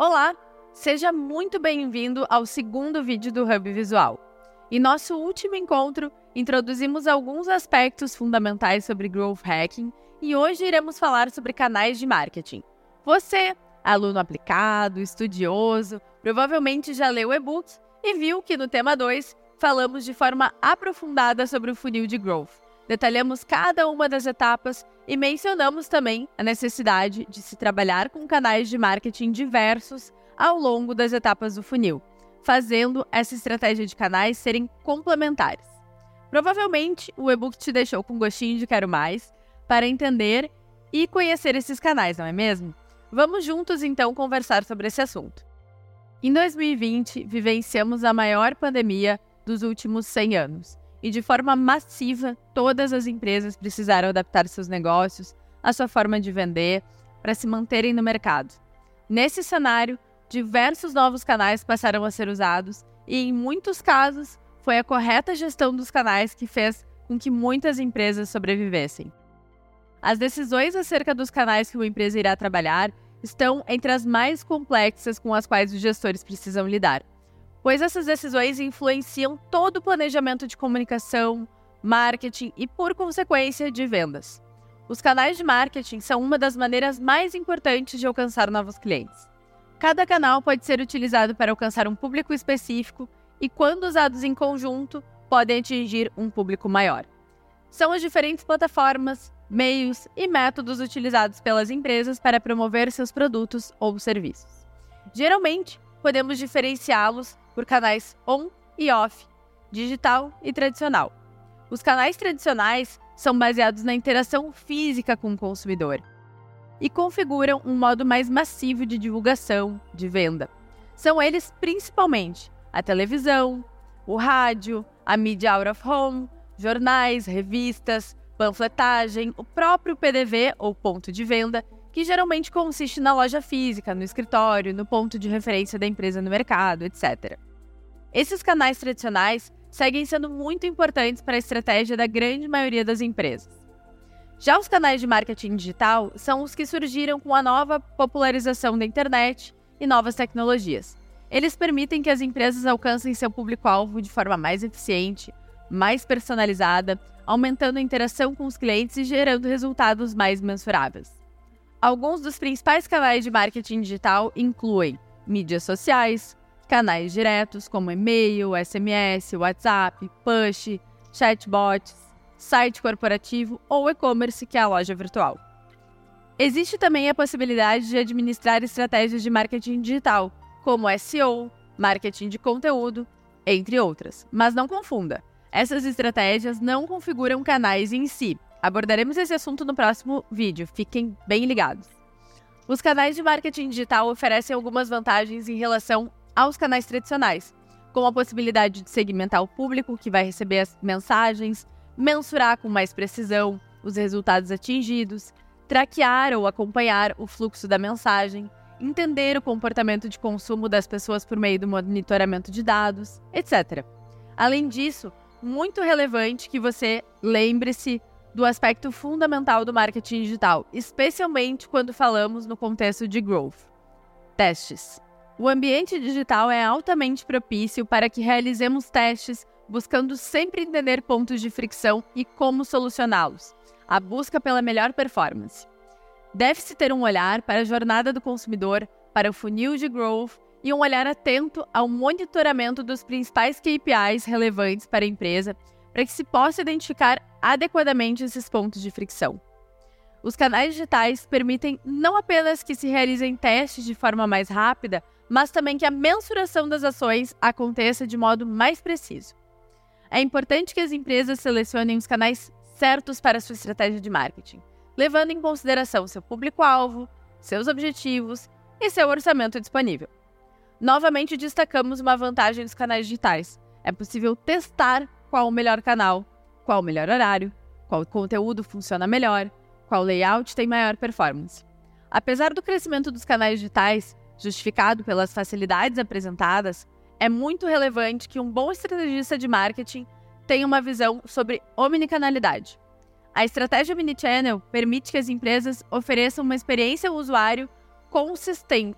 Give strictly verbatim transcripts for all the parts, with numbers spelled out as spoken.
Olá, seja muito bem-vindo ao segundo vídeo do Hub Visual. Em nosso último encontro, introduzimos alguns aspectos fundamentais sobre Growth Hacking e hoje iremos falar sobre canais de marketing. Você, aluno aplicado, estudioso, provavelmente já leu o e-book e viu que no tema dois falamos de forma aprofundada sobre o funil de Growth. Detalhamos cada uma das etapas e mencionamos também a necessidade de se trabalhar com canais de marketing diversos ao longo das etapas do funil, fazendo essa estratégia de canais serem complementares. Provavelmente, o e-book te deixou com gostinho de quero mais para entender e conhecer esses canais, não é mesmo? Vamos juntos, então, conversar sobre esse assunto. Em dois mil e vinte, vivenciamos a maior pandemia dos últimos cem anos. E de forma massiva, todas as empresas precisaram adaptar seus negócios, a sua forma de vender, para se manterem no mercado. Nesse cenário, diversos novos canais passaram a ser usados e, em muitos casos, foi a correta gestão dos canais que fez com que muitas empresas sobrevivessem. As decisões acerca dos canais que uma empresa irá trabalhar estão entre as mais complexas com as quais os gestores precisam lidar, pois essas decisões influenciam todo o planejamento de comunicação, marketing e, por consequência, de vendas. Os canais de marketing são uma das maneiras mais importantes de alcançar novos clientes. Cada canal pode ser utilizado para alcançar um público específico e, quando usados em conjunto, podem atingir um público maior. São as diferentes plataformas, meios e métodos utilizados pelas empresas para promover seus produtos ou serviços. Geralmente, podemos diferenciá-los por canais on e off, digital e tradicional. Os canais tradicionais são baseados na interação física com o consumidor e configuram um modo mais massivo de divulgação, de venda. São eles principalmente a televisão, o rádio, a mídia out of home, jornais, revistas, panfletagem, o próprio P D V ou ponto de venda, que geralmente consiste na loja física, no escritório, no ponto de referência da empresa no mercado, etcétera. Esses canais tradicionais seguem sendo muito importantes para a estratégia da grande maioria das empresas. Já os canais de marketing digital são os que surgiram com a nova popularização da internet e novas tecnologias. Eles permitem que as empresas alcancem seu público-alvo de forma mais eficiente, mais personalizada, aumentando a interação com os clientes e gerando resultados mais mensuráveis. Alguns dos principais canais de marketing digital incluem mídias sociais, canais diretos como e-mail, S M S, WhatsApp, push, chatbots, site corporativo ou e-commerce, que é a loja virtual. Existe também a possibilidade de administrar estratégias de marketing digital, como S E O, marketing de conteúdo, entre outras. Mas não confunda, essas estratégias não configuram canais em si. Abordaremos esse assunto no próximo vídeo, fiquem bem ligados. Os canais de marketing digital oferecem algumas vantagens em relação aos canais tradicionais, como a possibilidade de segmentar o público que vai receber as mensagens, mensurar com mais precisão os resultados atingidos, traquear ou acompanhar o fluxo da mensagem, entender o comportamento de consumo das pessoas por meio do monitoramento de dados, etcétera. Além disso, muito relevante que você lembre-se do aspecto fundamental do marketing digital, especialmente quando falamos no contexto de growth. Testes. O ambiente digital é altamente propício para que realizemos testes, buscando sempre entender pontos de fricção e como solucioná-los. A busca pela melhor performance. Deve-se ter um olhar para a jornada do consumidor, para o funil de growth e um olhar atento ao monitoramento dos principais K P Is relevantes para a empresa, para que se possa identificar adequadamente esses pontos de fricção. Os canais digitais permitem não apenas que se realizem testes de forma mais rápida, mas também que a mensuração das ações aconteça de modo mais preciso. É importante que as empresas selecionem os canais certos para a sua estratégia de marketing, levando em consideração seu público-alvo, seus objetivos e seu orçamento disponível. Novamente destacamos uma vantagem dos canais digitais. É possível testar qual o melhor canal, qual o melhor horário, qual conteúdo funciona melhor, qual layout tem maior performance. Apesar do crescimento dos canais digitais, justificado pelas facilidades apresentadas, é muito relevante que um bom estrategista de marketing tenha uma visão sobre omnicanalidade. A estratégia Omnichannel permite que as empresas ofereçam uma experiência ao usuário consistente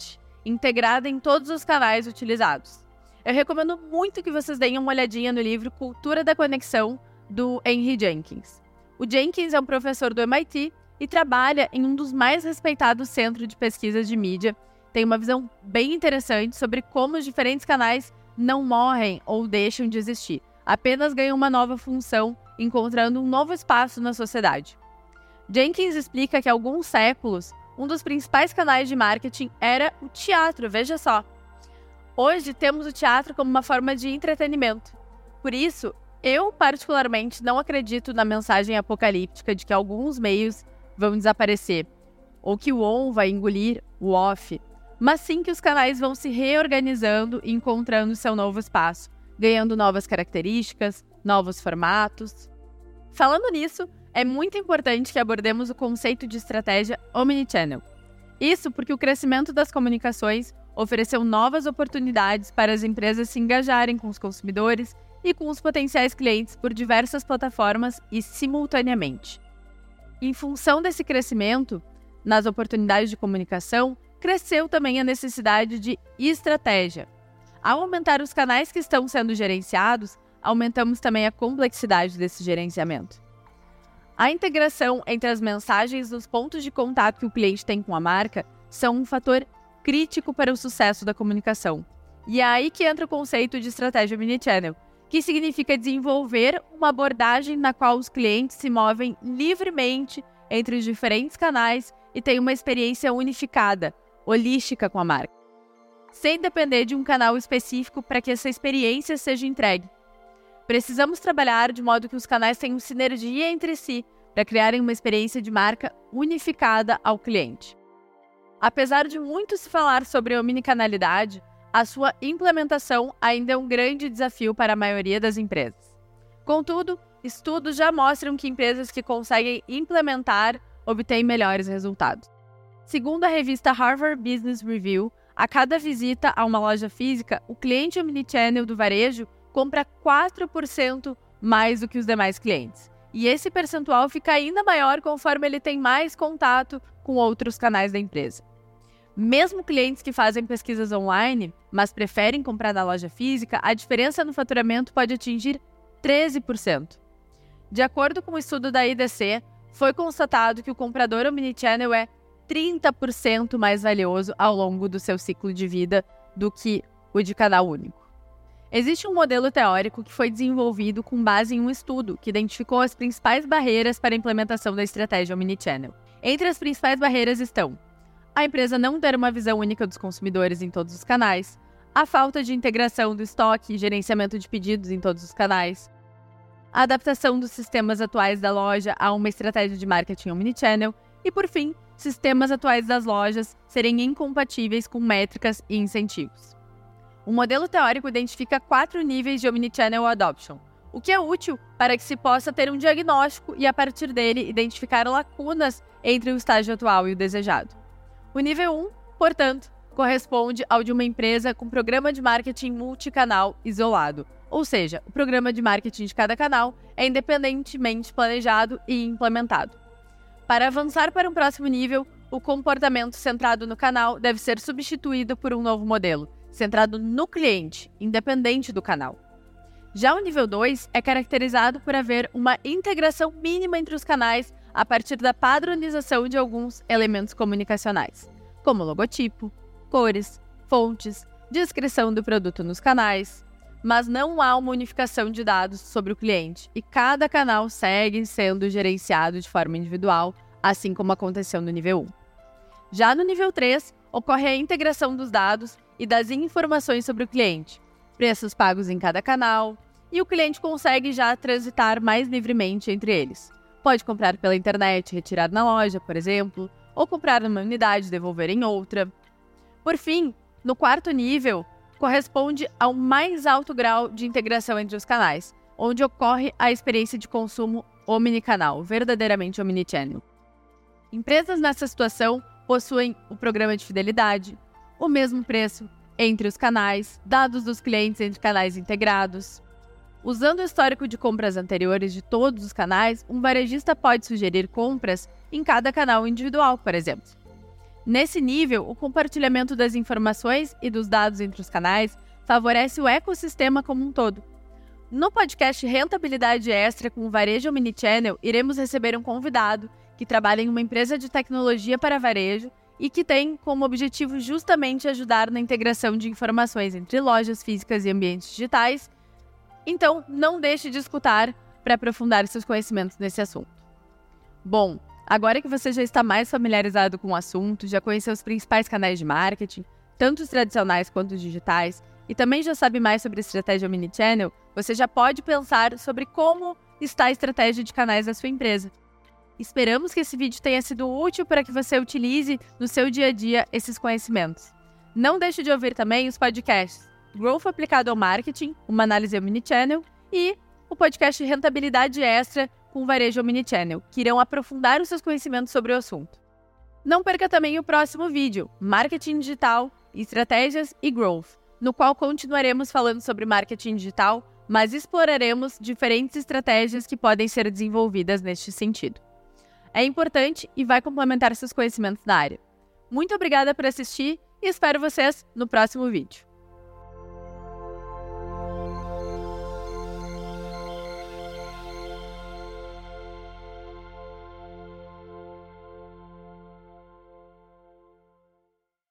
integrada em todos os canais utilizados. Eu recomendo muito que vocês deem uma olhadinha no livro Cultura da Conexão, do Henry Jenkins. O Jenkins é um professor do M I T e trabalha em um dos mais respeitados centros de pesquisas de mídia. Tem uma visão bem interessante sobre como os diferentes canais não morrem ou deixam de existir, apenas ganham uma nova função, encontrando um novo espaço na sociedade. Jenkins explica que há alguns séculos, um dos principais canais de marketing era o teatro, veja só. Hoje temos o teatro como uma forma de entretenimento. Por isso, eu particularmente não acredito na mensagem apocalíptica de que alguns meios vão desaparecer, ou que o on vai engolir o off, mas sim que os canais vão se reorganizando e encontrando seu novo espaço, ganhando novas características, novos formatos. Falando nisso, é muito importante que abordemos o conceito de estratégia omnichannel. Isso porque o crescimento das comunicações ofereceu novas oportunidades para as empresas se engajarem com os consumidores e com os potenciais clientes por diversas plataformas e simultaneamente. Em função desse crescimento, nas oportunidades de comunicação, cresceu também a necessidade de estratégia. Ao aumentar os canais que estão sendo gerenciados, aumentamos também a complexidade desse gerenciamento. A integração entre as mensagens dos pontos de contato que o cliente tem com a marca são um fator crítico para o sucesso da comunicação. E é aí que entra o conceito de estratégia omnichannel, que significa desenvolver uma abordagem na qual os clientes se movem livremente entre os diferentes canais e têm uma experiência unificada, holística com a marca, sem depender de um canal específico para que essa experiência seja entregue. Precisamos trabalhar de modo que os canais tenham sinergia entre si para criarem uma experiência de marca unificada ao cliente. Apesar de muito se falar sobre a omnicanalidade, a sua implementação ainda é um grande desafio para a maioria das empresas. Contudo, estudos já mostram que empresas que conseguem implementar obtêm melhores resultados. Segundo a revista Harvard Business Review, a cada visita a uma loja física, o cliente omnichannel do varejo compra quatro por cento mais do que os demais clientes. E esse percentual fica ainda maior conforme ele tem mais contato com outros canais da empresa. Mesmo clientes que fazem pesquisas online, mas preferem comprar na loja física, a diferença no faturamento pode atingir treze por cento. De acordo com o um estudo da I D C, foi constatado que o comprador omnichannel é trinta por cento mais valioso ao longo do seu ciclo de vida do que o de canal único. Existe um modelo teórico que foi desenvolvido com base em um estudo que identificou as principais barreiras para a implementação da estratégia omnichannel. Entre as principais barreiras estão a empresa não ter uma visão única dos consumidores em todos os canais, a falta de integração do estoque e gerenciamento de pedidos em todos os canais, a adaptação dos sistemas atuais da loja a uma estratégia de marketing omnichannel e, por fim, sistemas atuais das lojas serem incompatíveis com métricas e incentivos. O modelo teórico identifica quatro níveis de omnichannel adoption, o que é útil para que se possa ter um diagnóstico e, a partir dele, identificar lacunas entre o estágio atual e o desejado. O nível um, portanto, corresponde ao de uma empresa com programa de marketing multicanal isolado, ou seja, o programa de marketing de cada canal é independentemente planejado e implementado. Para avançar para um próximo nível, o comportamento centrado no canal deve ser substituído por um novo modelo, centrado no cliente, independente do canal. Já o nível dois é caracterizado por haver uma integração mínima entre os canais a partir da padronização de alguns elementos comunicacionais, como logotipo, cores, fontes, descrição do produto nos canais, mas não há uma unificação de dados sobre o cliente e cada canal segue sendo gerenciado de forma individual, assim como aconteceu no nível um. Já no nível três, ocorre a integração dos dados e das informações sobre o cliente, preços pagos em cada canal, e o cliente consegue já transitar mais livremente entre eles. Pode comprar pela internet, retirar na loja, por exemplo, ou comprar numa unidade e devolver em outra. Por fim, no quarto nível, corresponde ao mais alto grau de integração entre os canais, onde ocorre a experiência de consumo omnicanal, verdadeiramente omnichannel. Empresas nessa situação possuem o programa de fidelidade, o mesmo preço entre os canais, dados dos clientes entre canais integrados. Usando o histórico de compras anteriores de todos os canais, um varejista pode sugerir compras em cada canal individual, por exemplo. Nesse nível, o compartilhamento das informações e dos dados entre os canais favorece o ecossistema como um todo. No podcast Rentabilidade Extra com o Varejo Omnichannel, iremos receber um convidado que trabalha em uma empresa de tecnologia para varejo e que tem como objetivo justamente ajudar na integração de informações entre lojas físicas e ambientes digitais. Então, não deixe de escutar para aprofundar seus conhecimentos nesse assunto. Bom, agora que você já está mais familiarizado com o assunto, já conheceu os principais canais de marketing, tanto os tradicionais quanto os digitais, e também já sabe mais sobre a estratégia Omnichannel, você já pode pensar sobre como está a estratégia de canais da sua empresa. Esperamos que esse vídeo tenha sido útil para que você utilize no seu dia a dia esses conhecimentos. Não deixe de ouvir também os podcasts Growth Aplicado ao Marketing, uma análise Omnichannel, e o podcast Rentabilidade Extra com o Varejo Omnichannel, que irão aprofundar os seus conhecimentos sobre o assunto. Não perca também o próximo vídeo, Marketing Digital, Estratégias e Growth, no qual continuaremos falando sobre marketing digital, mas exploraremos diferentes estratégias que podem ser desenvolvidas neste sentido. É importante e vai complementar seus conhecimentos na área. Muito obrigada por assistir e espero vocês no próximo vídeo.